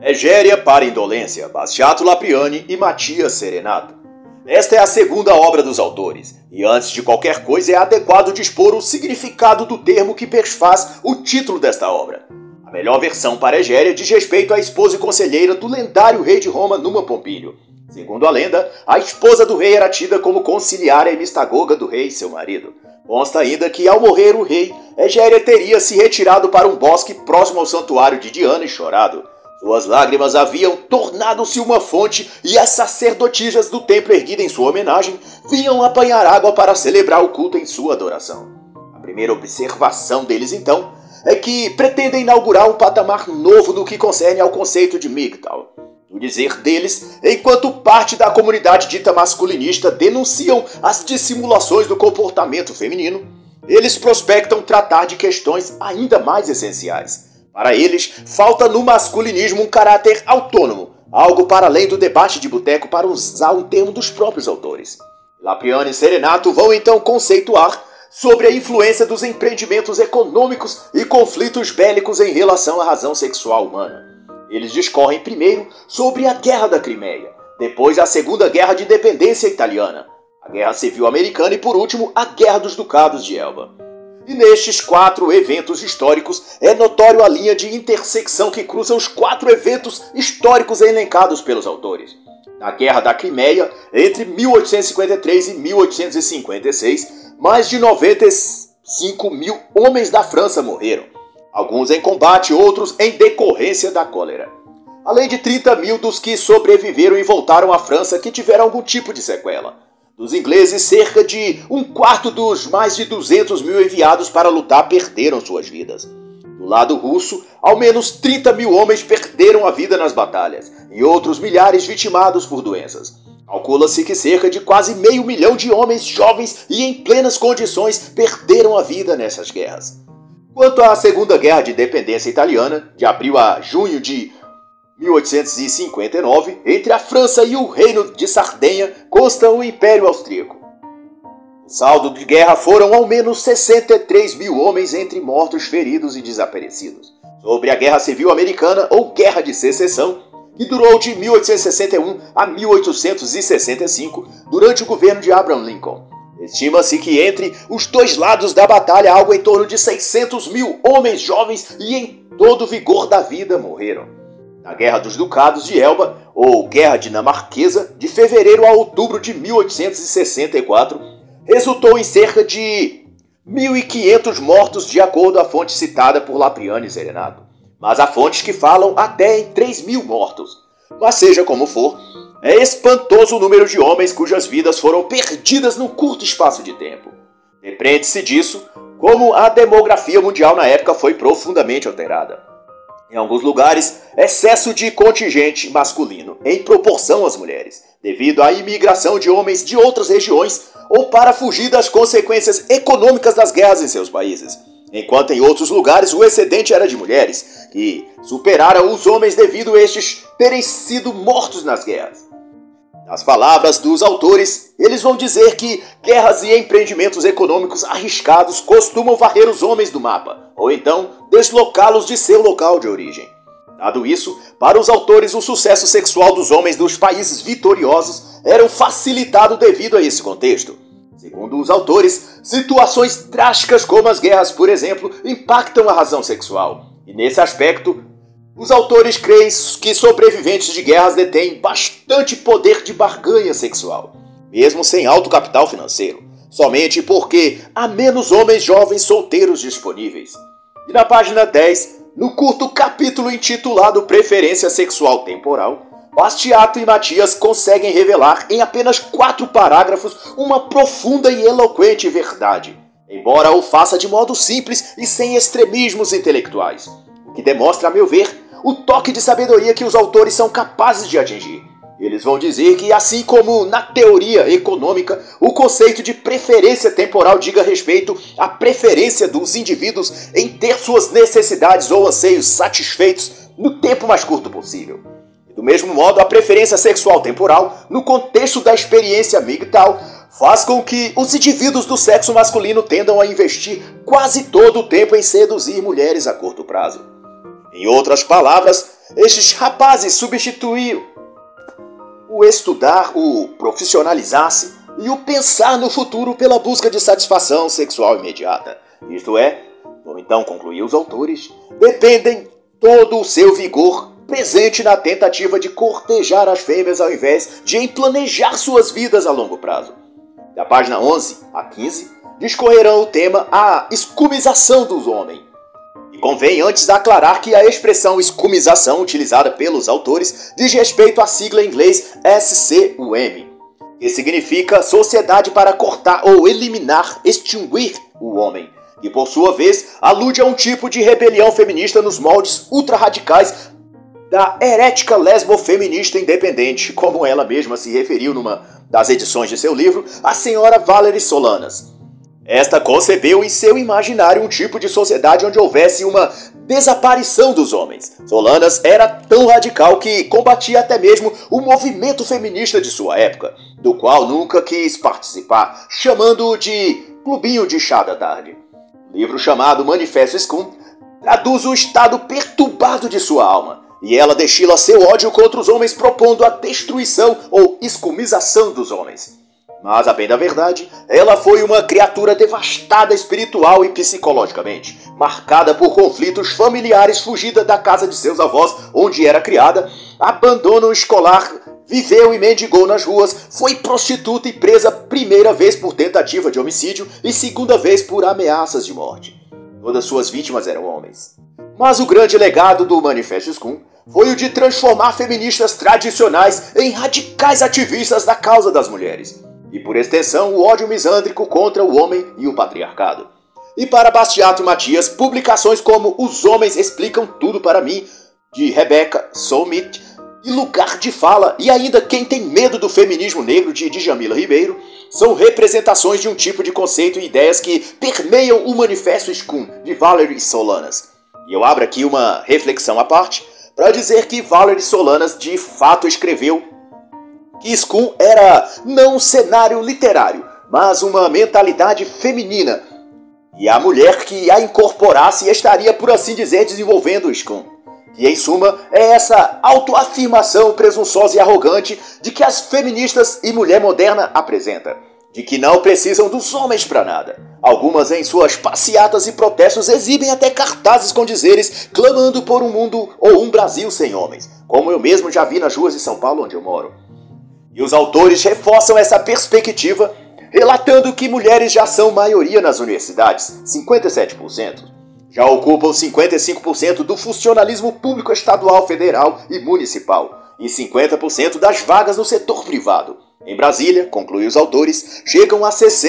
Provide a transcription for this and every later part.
Egéria para Indolência, Bastiato Lapriani e Matias Serenato. Esta é a segunda obra dos autores, e antes de qualquer coisa é adequado dispor o significado do termo que perfaz o título desta obra. A melhor versão para Egéria diz respeito à esposa e conselheira do lendário rei de Roma, Numa Pompílio. Segundo a lenda, a esposa do rei era tida como conciliária e mistagoga do rei, seu marido. Consta ainda que, ao morrer o rei, Egéria teria se retirado para um bosque próximo ao santuário de Diana e chorado. Suas lágrimas haviam tornado-se uma fonte e as sacerdotisas do templo erguido em sua homenagem vinham apanhar água para celebrar o culto em sua adoração. A primeira observação deles, então, é que pretendem inaugurar um patamar novo no que concerne ao conceito de MGTOW. No dizer deles, enquanto parte da comunidade dita masculinista denunciam as dissimulações do comportamento feminino, eles prospectam tratar de questões ainda mais essenciais. Para eles, falta no masculinismo um caráter autônomo, algo para além do debate de boteco, para usar um termo dos próprios autores. Lapriani e Serenato vão então conceituar sobre a influência dos empreendimentos econômicos e conflitos bélicos em relação à razão sexual humana. Eles discorrem primeiro sobre a Guerra da Crimeia, depois a Segunda Guerra de Independência Italiana, a Guerra Civil Americana e, por último, a Guerra dos Ducados de Elba. E nestes 4 eventos históricos é notório a linha de intersecção que cruza os 4 eventos históricos elencados pelos autores. Na Guerra da Crimeia, entre 1853 e 1856, mais de 95 mil homens da França morreram. Alguns em combate, outros em decorrência da cólera. Além de 30 mil dos que sobreviveram e voltaram à França que tiveram algum tipo de sequela. Dos ingleses, cerca de um quarto dos mais de 200 mil enviados para lutar perderam suas vidas. Do lado russo, ao menos 30 mil homens perderam a vida nas batalhas, e outros milhares vitimados por doenças. Calcula-se que cerca de quase 500 mil de homens jovens e em plenas condições perderam a vida nessas guerras. Quanto à Segunda Guerra de Independência Italiana, de abril a junho de 1859, entre a França e o Reino de Sardenha, consta o Império Austríaco. O saldo de guerra foram ao menos 63 mil homens entre mortos, feridos e desaparecidos. Sobre a Guerra Civil Americana, ou Guerra de Secessão, que durou de 1861 a 1865, durante o governo de Abraham Lincoln. Estima-se que entre os dois lados da batalha algo em torno de 600 mil homens jovens e em todo o vigor da vida morreram. Na Guerra dos Ducados de Elba, ou Guerra Dinamarquesa, de fevereiro a outubro de 1864, resultou em cerca de 1.500 mortos, de acordo com a fonte citada por Lapriani e Serenato. Mas há fontes que falam até em 3.000 mortos. Mas seja como for, é espantoso o número de homens cujas vidas foram perdidas num curto espaço de tempo. Depreende-se disso como a demografia mundial na época foi profundamente alterada. Em alguns lugares, excesso de contingente masculino em proporção às mulheres, devido à imigração de homens de outras regiões ou para fugir das consequências econômicas das guerras em seus países. Enquanto em outros lugares o excedente era de mulheres, que superaram os homens devido a estes terem sido mortos nas guerras. Nas palavras dos autores, eles vão dizer que guerras e empreendimentos econômicos arriscados costumam varrer os homens do mapa, ou então deslocá-los de seu local de origem. Dado isso, para os autores o sucesso sexual dos homens dos países vitoriosos era facilitado devido a esse contexto. Segundo os autores, situações drásticas como as guerras, por exemplo, impactam a razão sexual. E nesse aspecto, os autores creem que sobreviventes de guerras detêm bastante poder de barganha sexual, mesmo sem alto capital financeiro, somente porque há menos homens jovens solteiros disponíveis. E na página 10, no curto capítulo intitulado Preferência Sexual Temporal, Bastiato e Matias conseguem revelar em apenas 4 parágrafos uma profunda e eloquente verdade, embora o faça de modo simples e sem extremismos intelectuais, o que demonstra, a meu ver, o toque de sabedoria que os autores são capazes de atingir. Eles vão dizer que, assim como na teoria econômica, o conceito de preferência temporal diga respeito à preferência dos indivíduos em ter suas necessidades ou anseios satisfeitos no tempo mais curto possível. Do mesmo modo, a preferência sexual temporal, no contexto da experiência MGTOW, faz com que os indivíduos do sexo masculino tendam a investir quase todo o tempo em seduzir mulheres a curto prazo. Em outras palavras, Estes rapazes substituíam o estudar, o profissionalizar-se e o pensar no futuro pela busca de satisfação sexual imediata. Isto é, como então concluíam os autores, dependem todo o seu vigor presente na tentativa de cortejar as fêmeas ao invés de em planejar suas vidas a longo prazo. Da página 11 a 15, discorrerão o tema a escumização dos homens. E convém antes aclarar que a expressão escumização utilizada pelos autores diz respeito à sigla em inglês SCUM, que significa Sociedade para Cortar ou Eliminar, Extinguir o Homem, e por sua vez alude a um tipo de rebelião feminista nos moldes ultra-radicais da herética lesbo-feminista independente, como ela mesma se referiu numa das edições de seu livro, a senhora Valerie Solanas. Esta concebeu em seu imaginário um tipo de sociedade onde houvesse uma desaparição dos homens. Solanas era tão radical que combatia até mesmo o movimento feminista de sua época, do qual nunca quis participar, chamando-o de clubinho de chá da tarde. O livro chamado Manifesto Scum traduz o estado perturbado de sua alma, e ela destila seu ódio contra os homens propondo a destruição ou escumização dos homens. Mas, a bem da verdade, ela foi uma criatura devastada espiritual e psicologicamente, marcada por conflitos familiares, fugida da casa de seus avós, onde era criada, abandono escolar, viveu e mendigou nas ruas, foi prostituta e presa primeira vez por tentativa de homicídio e segunda vez por ameaças de morte. Todas suas vítimas eram homens. Mas o grande legado do Manifesto Scum foi o de transformar feministas tradicionais em radicais ativistas da causa das mulheres. E por extensão o ódio misândrico contra o homem e o patriarcado. E para Bastiat Matias, publicações como Os Homens Explicam Tudo para Mim, de Rebecca Solnit, e Lugar de Fala, e ainda Quem Tem Medo do Feminismo Negro, de Djamila Ribeiro, são representações de um tipo de conceito e ideias que permeiam o Manifesto Scum, de Valerie Solanas. E eu abro aqui uma reflexão à parte, para dizer que Valerie Solanas de fato escreveu que Scum era não um cenário literário, mas uma mentalidade feminina, e a mulher que a incorporasse estaria, por assim dizer, desenvolvendo o Scum. E em suma, é essa autoafirmação presunçosa e arrogante de que as feministas e mulher moderna apresentam, de que não precisam dos homens para nada. Algumas em suas passeatas e protestos exibem até cartazes com dizeres clamando por um mundo ou um Brasil sem homens, como eu mesmo já vi nas ruas de São Paulo, onde eu moro. E os autores reforçam essa perspectiva, relatando que mulheres já são maioria nas universidades, 57%. Já ocupam 55% do funcionalismo público estadual, federal e municipal, e 50% das vagas no setor privado. Em Brasília, concluem os autores, chegam a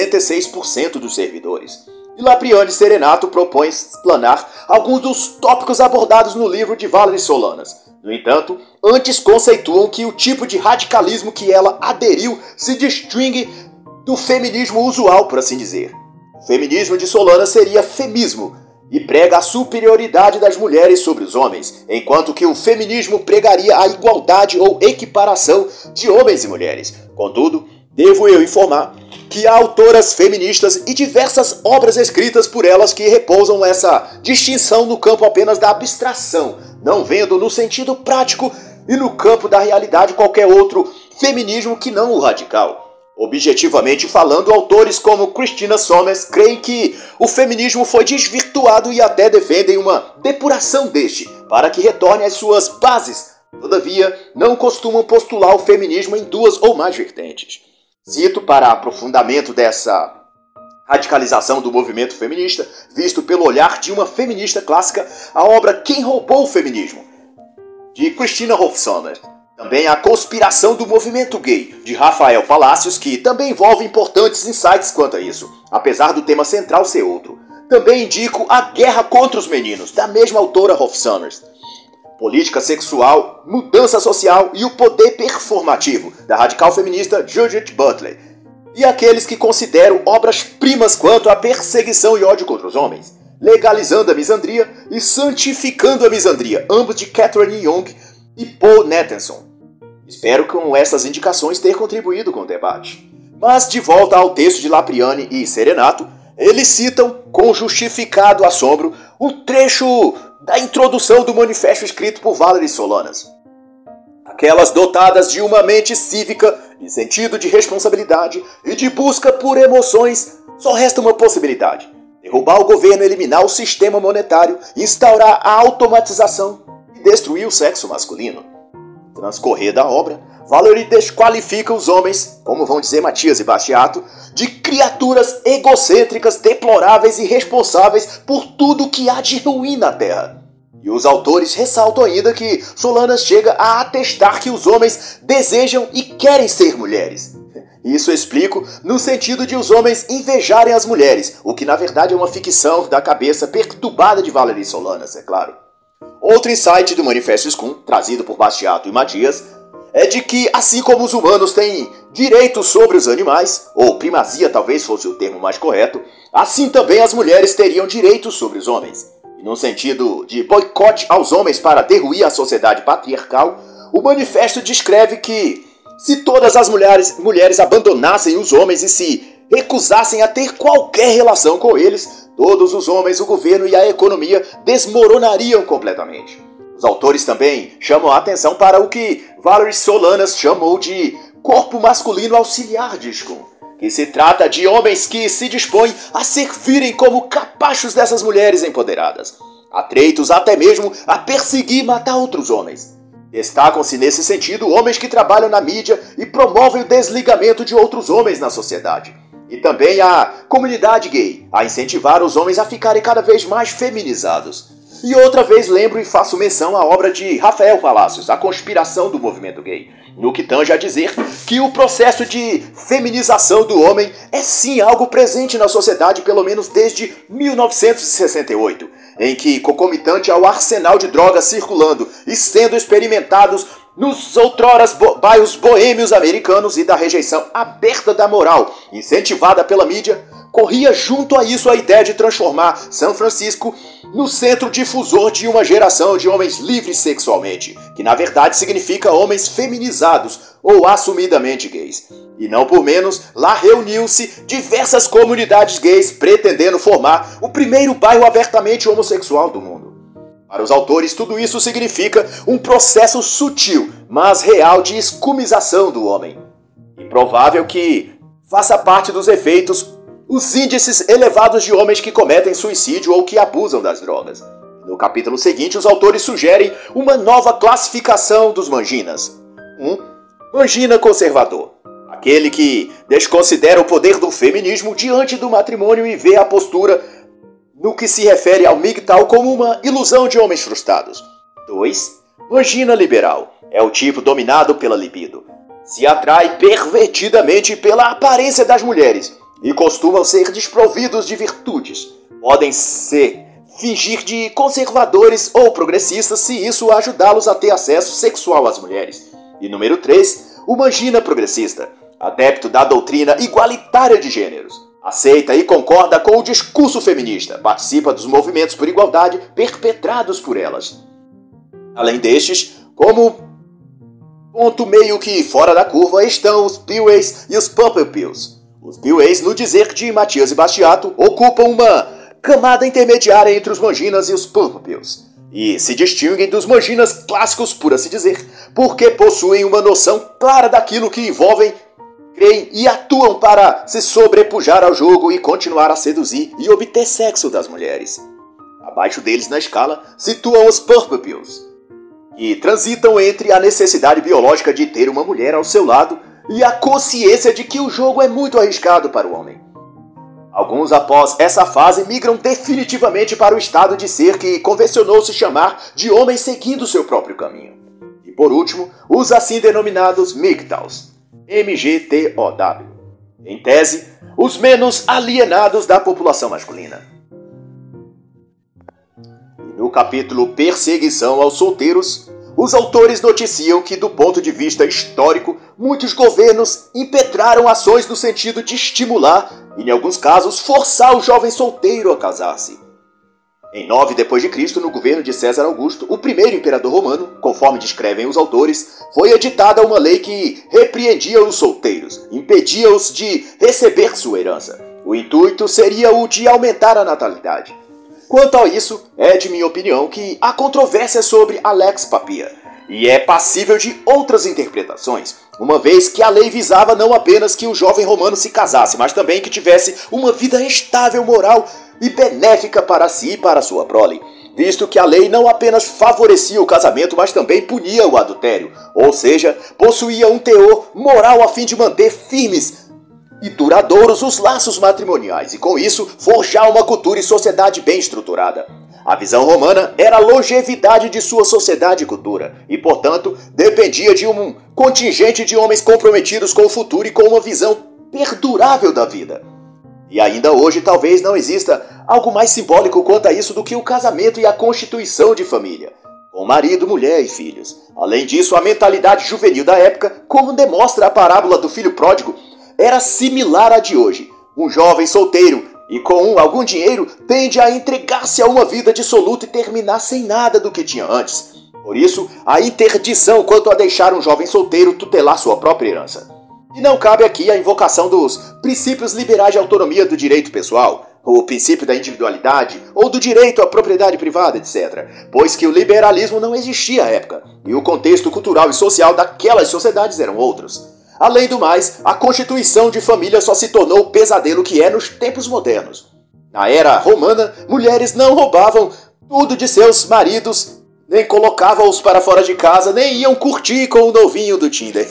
66% dos servidores. E Lapriane Serenato propõe explanar alguns dos tópicos abordados no livro de Valerie Solanas. No entanto, antes conceituam que o tipo de radicalismo que ela aderiu se distingue do feminismo usual, por assim dizer. O feminismo de Solanas seria femismo, e prega a superioridade das mulheres sobre os homens, enquanto que o feminismo pregaria a igualdade ou equiparação de homens e mulheres. Contudo, devo eu informar que há autoras feministas e diversas obras escritas por elas que repousam essa distinção no campo apenas da abstração, não vendo no sentido prático e no campo da realidade qualquer outro feminismo que não o radical. Objetivamente falando, autores como Christina Sommers creem que o feminismo foi desvirtuado e até defendem uma depuração deste, para que retorne às suas bases. Todavia, não costumam postular o feminismo em duas ou mais vertentes. Cito para aprofundamento dessa radicalização do movimento feminista, visto pelo olhar de uma feminista clássica, a obra Quem Roubou o Feminismo, de Christina Hoff Sommers. Também a Conspiração do Movimento Gay, de Rafael Palacios, que também envolve importantes insights quanto a isso, apesar do tema central ser outro. Também indico A Guerra contra os Meninos, da mesma autora Hoff Sommers. Política Sexual, Mudança Social e o Poder Performativo, da radical feminista Judith Butler. E aqueles que considero obras-primas quanto à perseguição e ódio contra os homens, Legalizando a Misandria e Santificando a Misandria, ambos de Catherine Young e Paul Nathanson. Espero com essas indicações ter contribuído com o debate. Mas de volta ao texto de Lapriane e Serenato, eles citam, com justificado assombro, um trecho da introdução do manifesto escrito por Valery Solanas. Aquelas dotadas de uma mente cívica, de sentido de responsabilidade e de busca por emoções, só resta uma possibilidade: derrubar o governo, eliminar o sistema monetário, instaurar a automatização e destruir o sexo masculino. No transcorrer da obra, Valery desqualifica os homens, como vão dizer Matias e Bastiato, de criaturas egocêntricas, deploráveis e responsáveis por tudo que há de ruim na Terra. E os autores ressaltam ainda que Solanas chega a atestar que os homens desejam e querem ser mulheres. Isso eu explico no sentido de os homens invejarem as mulheres, o que na verdade é uma ficção da cabeça perturbada de Valery Solanas, é claro. Outro insight do Manifesto Scum, trazido por Bastiato e Matias, é de que, assim como os humanos têm direitos sobre os animais, ou primazia talvez fosse o termo mais correto, assim também as mulheres teriam direitos sobre os homens. E no sentido de boicote aos homens para derruir a sociedade patriarcal, o manifesto descreve que, se todas as mulheres abandonassem os homens e se recusassem a ter qualquer relação com eles, todos os homens, o governo e a economia desmoronariam completamente. Os autores também chamam a atenção para o que Valery Solanas chamou de corpo masculino auxiliar de Scum, que se trata de homens que se dispõem a servirem como capachos dessas mulheres empoderadas, atreitos até mesmo a perseguir e matar outros homens. Destacam-se nesse sentido homens que trabalham na mídia e promovem o desligamento de outros homens na sociedade. E também a comunidade gay, a incentivar os homens a ficarem cada vez mais feminizados. E outra vez lembro e faço menção à obra de Rafael Palacios, A Conspiração do Movimento Gay, no que tange a dizer que o processo de feminização do homem é sim algo presente na sociedade pelo menos desde 1968, em que, concomitante ao arsenal de drogas circulando e sendo experimentados nos outroras bairros boêmios americanos e da rejeição aberta da moral, incentivada pela mídia, corria junto a isso a ideia de transformar São Francisco no centro difusor de uma geração de homens livres sexualmente, que na verdade significa homens feminizados ou assumidamente gays. E não por menos, lá reuniu-se diversas comunidades gays pretendendo formar o primeiro bairro abertamente homossexual do mundo. Para os autores, tudo isso significa um processo sutil, mas real de escumização do homem. E provável que faça parte dos efeitos os índices elevados de homens que cometem suicídio ou que abusam das drogas. No capítulo seguinte, os autores sugerem uma nova classificação dos manginas. Mangina conservador. Aquele que desconsidera o poder do feminismo diante do matrimônio e vê a postura no que se refere ao MGTOW como uma ilusão de homens frustrados. 2. Mangina liberal. É o tipo dominado pela libido. Se atrai pervertidamente pela aparência das mulheres e costumam ser desprovidos de virtudes. Podem fingir de conservadores ou progressistas se isso ajudá-los a ter acesso sexual às mulheres. E número 3, o mangina progressista, adepto da doutrina igualitária de gêneros. Aceita e concorda com o discurso feminista, participa dos movimentos por igualdade perpetrados por elas. Além destes, como ponto meio que fora da curva estão os PUAs e os Purple Pills. Os PUAs, no dizer de Matias e Bastiato, ocupam uma camada intermediária entre os manginas e os Purple Pills, e se distinguem dos manginas clássicos, por assim dizer, porque possuem uma noção clara daquilo que envolvem, creem e atuam para se sobrepujar ao jogo e continuar a seduzir e obter sexo das mulheres. Abaixo deles na escala situam os Purple Pills, que transitam entre a necessidade biológica de ter uma mulher ao seu lado e a consciência de que o jogo é muito arriscado para o homem. Alguns, após essa fase, migram definitivamente para o estado de ser que convencionou se chamar de homem seguindo seu próprio caminho. E por último, os assim denominados MGTOWs, MGTOW. Em tese, os menos alienados da população masculina. E no capítulo Perseguição aos Solteiros, os autores noticiam que, do ponto de vista histórico, muitos governos impetraram ações no sentido de estimular, e em alguns casos, forçar o jovem solteiro a casar-se. Em 9 d.C., no governo de César Augusto, o primeiro imperador romano, conforme descrevem os autores, foi editada uma lei que repreendia os solteiros, impedia-os de receber sua herança. O intuito seria o de aumentar a natalidade. Quanto a isso, é de minha opinião que há controvérsia sobre a Lex Papia, e é passível de outras interpretações, uma vez que a lei visava não apenas que o jovem romano se casasse, mas também que tivesse uma vida estável, moral e benéfica para si e para sua prole, visto que a lei não apenas favorecia o casamento, mas também punia o adultério, ou seja, possuía um teor moral a fim de manter firmes e duradouros os laços matrimoniais e, com isso, forjar uma cultura e sociedade bem estruturada. A visão romana era a longevidade de sua sociedade e cultura, e, portanto, dependia de um contingente de homens comprometidos com o futuro e com uma visão perdurável da vida. E ainda hoje talvez não exista algo mais simbólico quanto a isso do que o casamento e a constituição de família, com marido, mulher e filhos. Além disso, a mentalidade juvenil da época, como demonstra a parábola do filho pródigo, era similar à de hoje. Um jovem solteiro e com algum dinheiro tende a entregar-se a uma vida dissoluta e terminar sem nada do que tinha antes. Por isso, a interdição quanto a deixar um jovem solteiro tutelar sua própria herança. E não cabe aqui a invocação dos princípios liberais de autonomia do direito pessoal, o princípio da individualidade ou do direito à propriedade privada, etc., pois que o liberalismo não existia à época e o contexto cultural e social daquelas sociedades eram outros. Além do mais, a constituição de família só se tornou o pesadelo que é nos tempos modernos. Na era romana, mulheres não roubavam tudo de seus maridos, nem colocavam-os para fora de casa, nem iam curtir com o novinho do Tinder.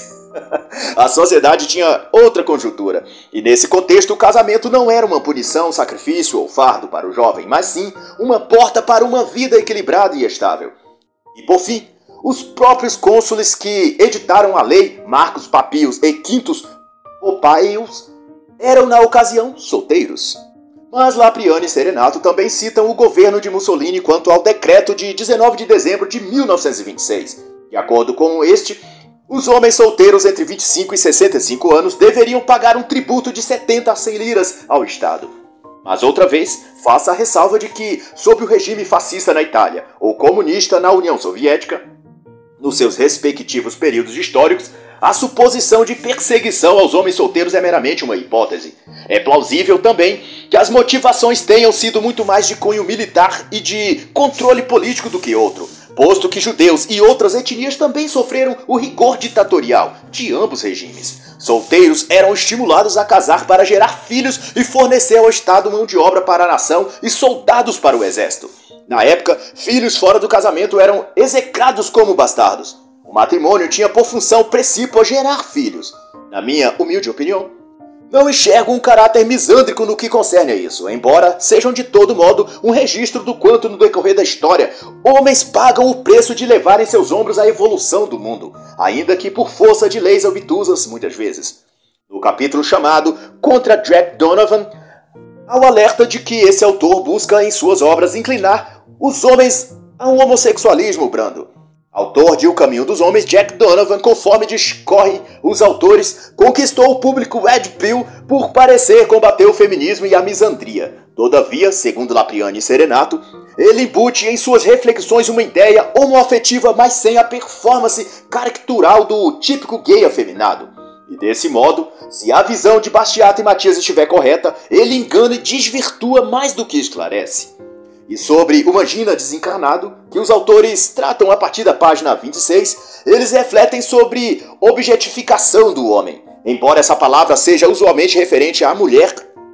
A sociedade tinha outra conjuntura, e nesse contexto o casamento não era uma punição, sacrifício ou fardo para o jovem, mas sim uma porta para uma vida equilibrada e estável. E por fim, os próprios cônsules que editaram a lei, Marcos Papios e Quintus Popaius, eram na ocasião solteiros. Mas Lapriani e Serenato também citam o governo de Mussolini quanto ao decreto de 19 de dezembro de 1926. De acordo com este, os homens solteiros entre 25 e 65 anos deveriam pagar um tributo de 70 a 100 liras ao Estado. Mas outra vez, faça a ressalva de que, sob o regime fascista na Itália ou comunista na União Soviética, nos seus respectivos períodos históricos, a suposição de perseguição aos homens solteiros é meramente uma hipótese. É plausível também que as motivações tenham sido muito mais de cunho militar e de controle político do que outro, posto que judeus e outras etnias também sofreram o rigor ditatorial de ambos regimes. Solteiros eram estimulados a casar para gerar filhos e fornecer ao Estado mão de obra para a nação e soldados para o exército. Na época, filhos fora do casamento eram execrados como bastardos. O matrimônio tinha por função precípua gerar filhos. Na minha humilde opinião, não enxergo um caráter misândrico no que concerne a isso, embora sejam de todo modo um registro do quanto no decorrer da história homens pagam o preço de levar em seus ombros a evolução do mundo, ainda que por força de leis obtusas muitas vezes. No capítulo chamado Contra Jack Donovan, há o alerta de que esse autor busca em suas obras inclinar os homens a um homossexualismo brando. Autor de O Caminho dos Homens, Jack Donovan, conforme discorre os autores, conquistou o público Red Pill por parecer combater o feminismo e a misandria. Todavia, segundo Lapriani e Serenato, ele embute em suas reflexões uma ideia homoafetiva, mas sem a performance caricatural do típico gay afeminado. E desse modo, se a visão de Bastiat e Matias estiver correta, ele engana e desvirtua mais do que esclarece. E sobre o Mangina desencarnado, que os autores tratam a partir da página 26, eles refletem sobre objetificação do homem, embora essa palavra seja usualmente referente à mulher,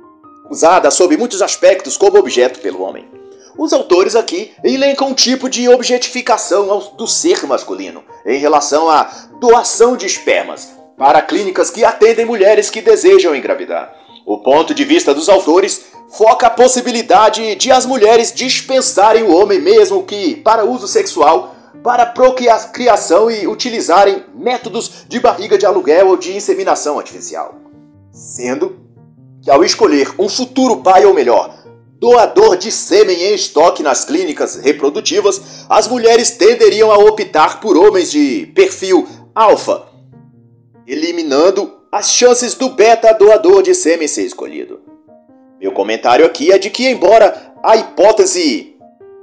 usada sob muitos aspectos como objeto pelo homem. Os autores aqui elencam um tipo de objetificação do ser masculino, em relação à doação de espermas, para clínicas que atendem mulheres que desejam engravidar. O ponto de vista dos autores foca a possibilidade de as mulheres dispensarem o homem mesmo que para uso sexual, para procriação e utilizarem métodos de barriga de aluguel ou de inseminação artificial. Sendo que ao escolher um futuro pai ou melhor, doador de sêmen em estoque nas clínicas reprodutivas, as mulheres tenderiam a optar por homens de perfil alfa, eliminando as chances do beta doador de sêmen ser escolhido. Meu comentário aqui é de que, embora a hipótese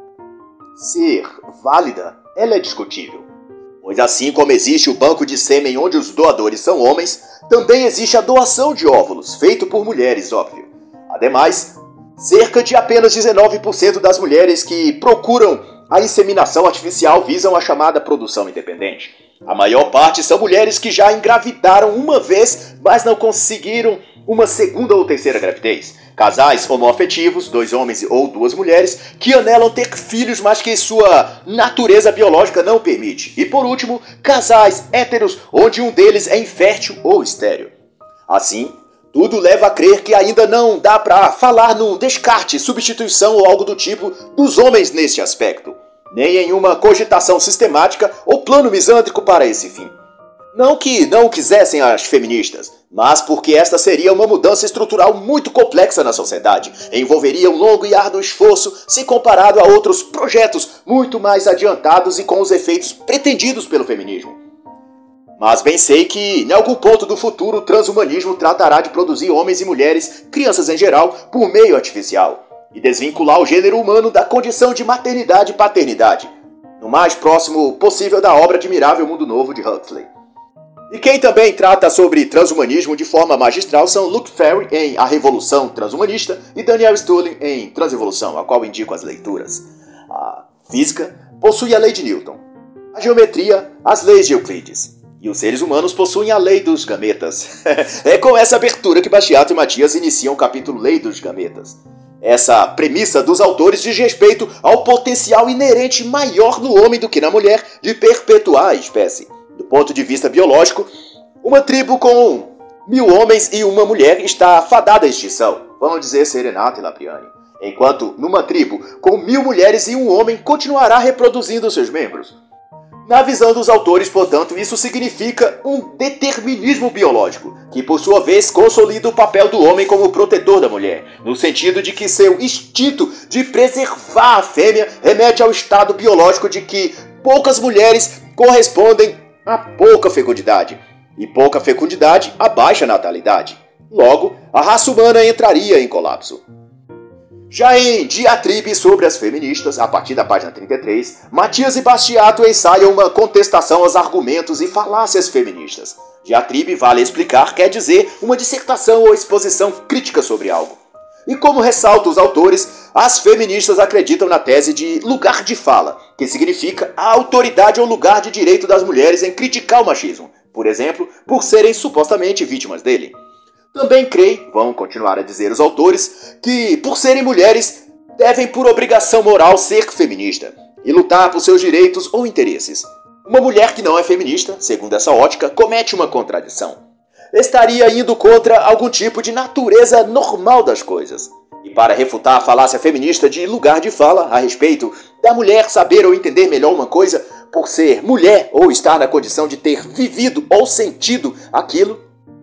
ser válida, ela é discutível. Pois assim como existe o banco de sêmen onde os doadores são homens, também existe a doação de óvulos, feito por mulheres, óbvio. Ademais, Cerca de apenas 19% das mulheres que procuram a inseminação artificial visam a chamada produção independente. A maior parte são mulheres que já engravidaram uma vez, mas não conseguiram uma segunda ou terceira gravidez. Casais homoafetivos, 2 homens ou 2 mulheres, que anelam ter filhos, mas que sua natureza biológica não permite. E por último, casais héteros, onde um deles é infértil ou estéril. Assim, tudo leva a crer que ainda não dá para falar no descarte, substituição ou algo do tipo dos homens neste aspecto, nem em uma cogitação sistemática ou plano misândrico para esse fim. Não que não o quisessem as feministas, mas porque esta seria uma mudança estrutural muito complexa na sociedade, envolveria um longo e árduo esforço se comparado a outros projetos muito mais adiantados e com os efeitos pretendidos pelo feminismo. Mas bem sei que, em algum ponto do futuro, o transhumanismo tratará de produzir homens e mulheres, crianças em geral, por meio artificial, e desvincular o gênero humano da condição de maternidade e paternidade, no mais próximo possível da obra Admirável Mundo Novo de Huxley. E quem também trata sobre transhumanismo de forma magistral são Luke Ferry em A Revolução Transhumanista e Daniel Stulin em Transevolução, a qual indico as leituras. A física possui a lei de Newton, a geometria, as leis de Euclides. E os seres humanos possuem a lei dos gametas. É com essa abertura que Bastiato e Matias iniciam o capítulo Lei dos Gametas. Essa premissa dos autores diz respeito ao potencial inerente maior no homem do que na mulher de perpetuar a espécie. Do ponto de vista biológico, uma tribo com 1000 homens e uma mulher está fadada à extinção, vamos dizer Serenato e Lapriani. Enquanto numa tribo com 1000 mulheres e um homem continuará reproduzindo seus membros. Na visão dos autores, portanto, isso significa um determinismo biológico, que por sua vez consolida o papel do homem como protetor da mulher, no sentido de que seu instinto de preservar a fêmea remete ao estado biológico de que poucas mulheres correspondem a pouca fecundidade, e pouca fecundidade a baixa natalidade. Logo, a raça humana entraria em colapso. Já em Diatribe sobre as feministas, a partir da página 33, Matias e Bastiato ensaiam uma contestação aos argumentos e falácias feministas. Diatribe, vale explicar, quer dizer uma dissertação ou exposição crítica sobre algo. E como ressaltam os autores, as feministas acreditam na tese de lugar de fala, que significa a autoridade ou lugar de direito das mulheres em criticar o machismo, por exemplo, por serem supostamente vítimas dele. Também creem, vão continuar a dizer os autores, que por serem mulheres, devem por obrigação moral ser feminista e lutar por seus direitos ou interesses. Uma mulher que não é feminista, segundo essa ótica, comete uma contradição. Estaria indo contra algum tipo de natureza normal das coisas. E para refutar a falácia feminista de lugar de fala a respeito da mulher saber ou entender melhor uma coisa por ser mulher ou estar na condição de ter vivido ou sentido aquilo,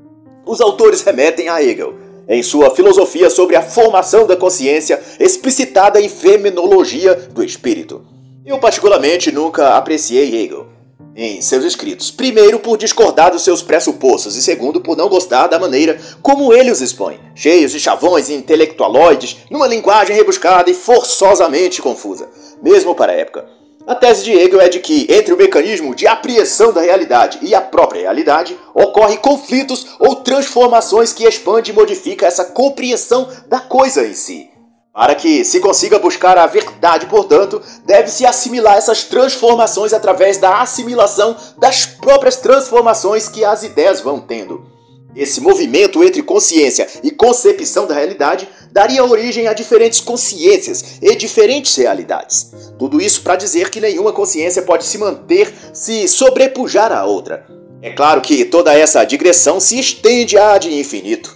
os autores remetem a Hegel, em sua filosofia sobre a formação da consciência explicitada em Fenomenologia do Espírito. Eu particularmente nunca apreciei Hegel em seus escritos. Primeiro, por discordar dos seus pressupostos, e segundo, por não gostar da maneira como ele os expõe, cheios de chavões e intelectualoides, numa linguagem rebuscada e forçosamente confusa, mesmo para a época. A tese de Hegel é de que, entre o mecanismo de apreensão da realidade e a própria realidade, ocorrem conflitos ou transformações que expande e modifica essa compreensão da coisa em si. Para que se consiga buscar a verdade, portanto, deve-se assimilar essas transformações através da assimilação das próprias transformações que as ideias vão tendo. Esse movimento entre consciência e concepção da realidade daria origem a diferentes consciências e diferentes realidades. Tudo isso para dizer que nenhuma consciência pode se manter se sobrepujar à outra. É claro que toda essa digressão se estende ad infinito,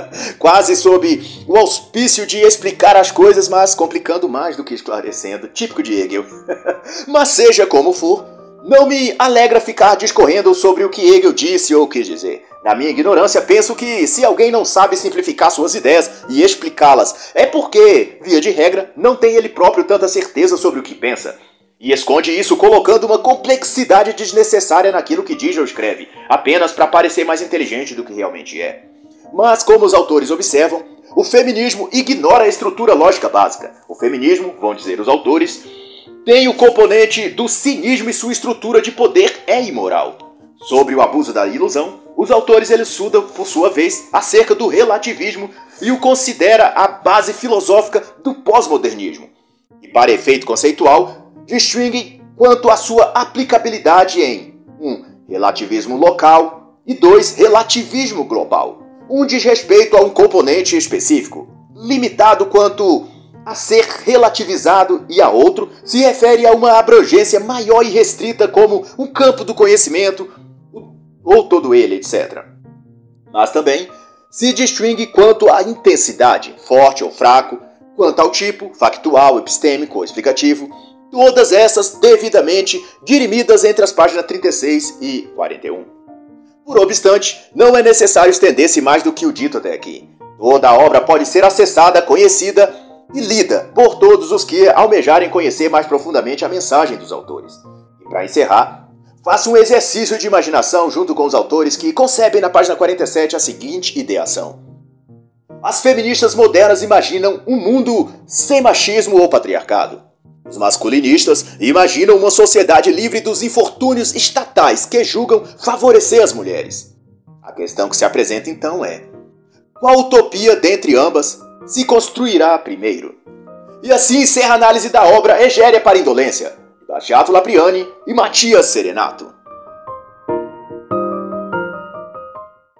quase sob o auspício de explicar as coisas, mas complicando mais do que esclarecendo, típico de Hegel. Mas seja como for, não me alegra ficar discorrendo sobre o que Hegel disse ou quis dizer. Na minha ignorância, penso que se alguém não sabe simplificar suas ideias e explicá-las, é porque, via de regra, não tem ele próprio tanta certeza sobre o que pensa. E esconde isso colocando uma complexidade desnecessária naquilo que diz ou escreve, apenas para parecer mais inteligente do que realmente é. Mas, como os autores observam, o feminismo ignora a estrutura lógica básica. O feminismo, vão dizer os autores, tem o componente do cinismo e sua estrutura de poder é imoral. Sobre o abuso da ilusão, os autores elucidam, por sua vez, acerca do relativismo e o considera a base filosófica do pós-modernismo. E para efeito conceitual, distingue quanto à sua aplicabilidade em 1. Relativismo local e 2. Relativismo global. Um diz respeito a um componente específico, limitado quanto a ser relativizado, e a outro se refere a uma abrangência maior e restrita como um campo do conhecimento, ou todo ele, etc. Mas também se distingue quanto à intensidade, forte ou fraco, quanto ao tipo, factual, epistêmico ou explicativo, todas essas devidamente dirimidas entre as páginas 36 e 41. Por obstante, não é necessário estender-se mais do que o dito até aqui. Toda a obra pode ser acessada, conhecida e lida por todos os que almejarem conhecer mais profundamente a mensagem dos autores. E para encerrar, faça um exercício de imaginação junto com os autores que concebem na página 47 a seguinte ideação. As feministas modernas imaginam um mundo sem machismo ou patriarcado. Os masculinistas imaginam uma sociedade livre dos infortúnios estatais que julgam favorecer as mulheres. A questão que se apresenta então é: qual utopia dentre ambas se construirá primeiro? E assim encerra a análise da obra Egéria para a Indolência, da Beato Lapriani e Matias Serenato.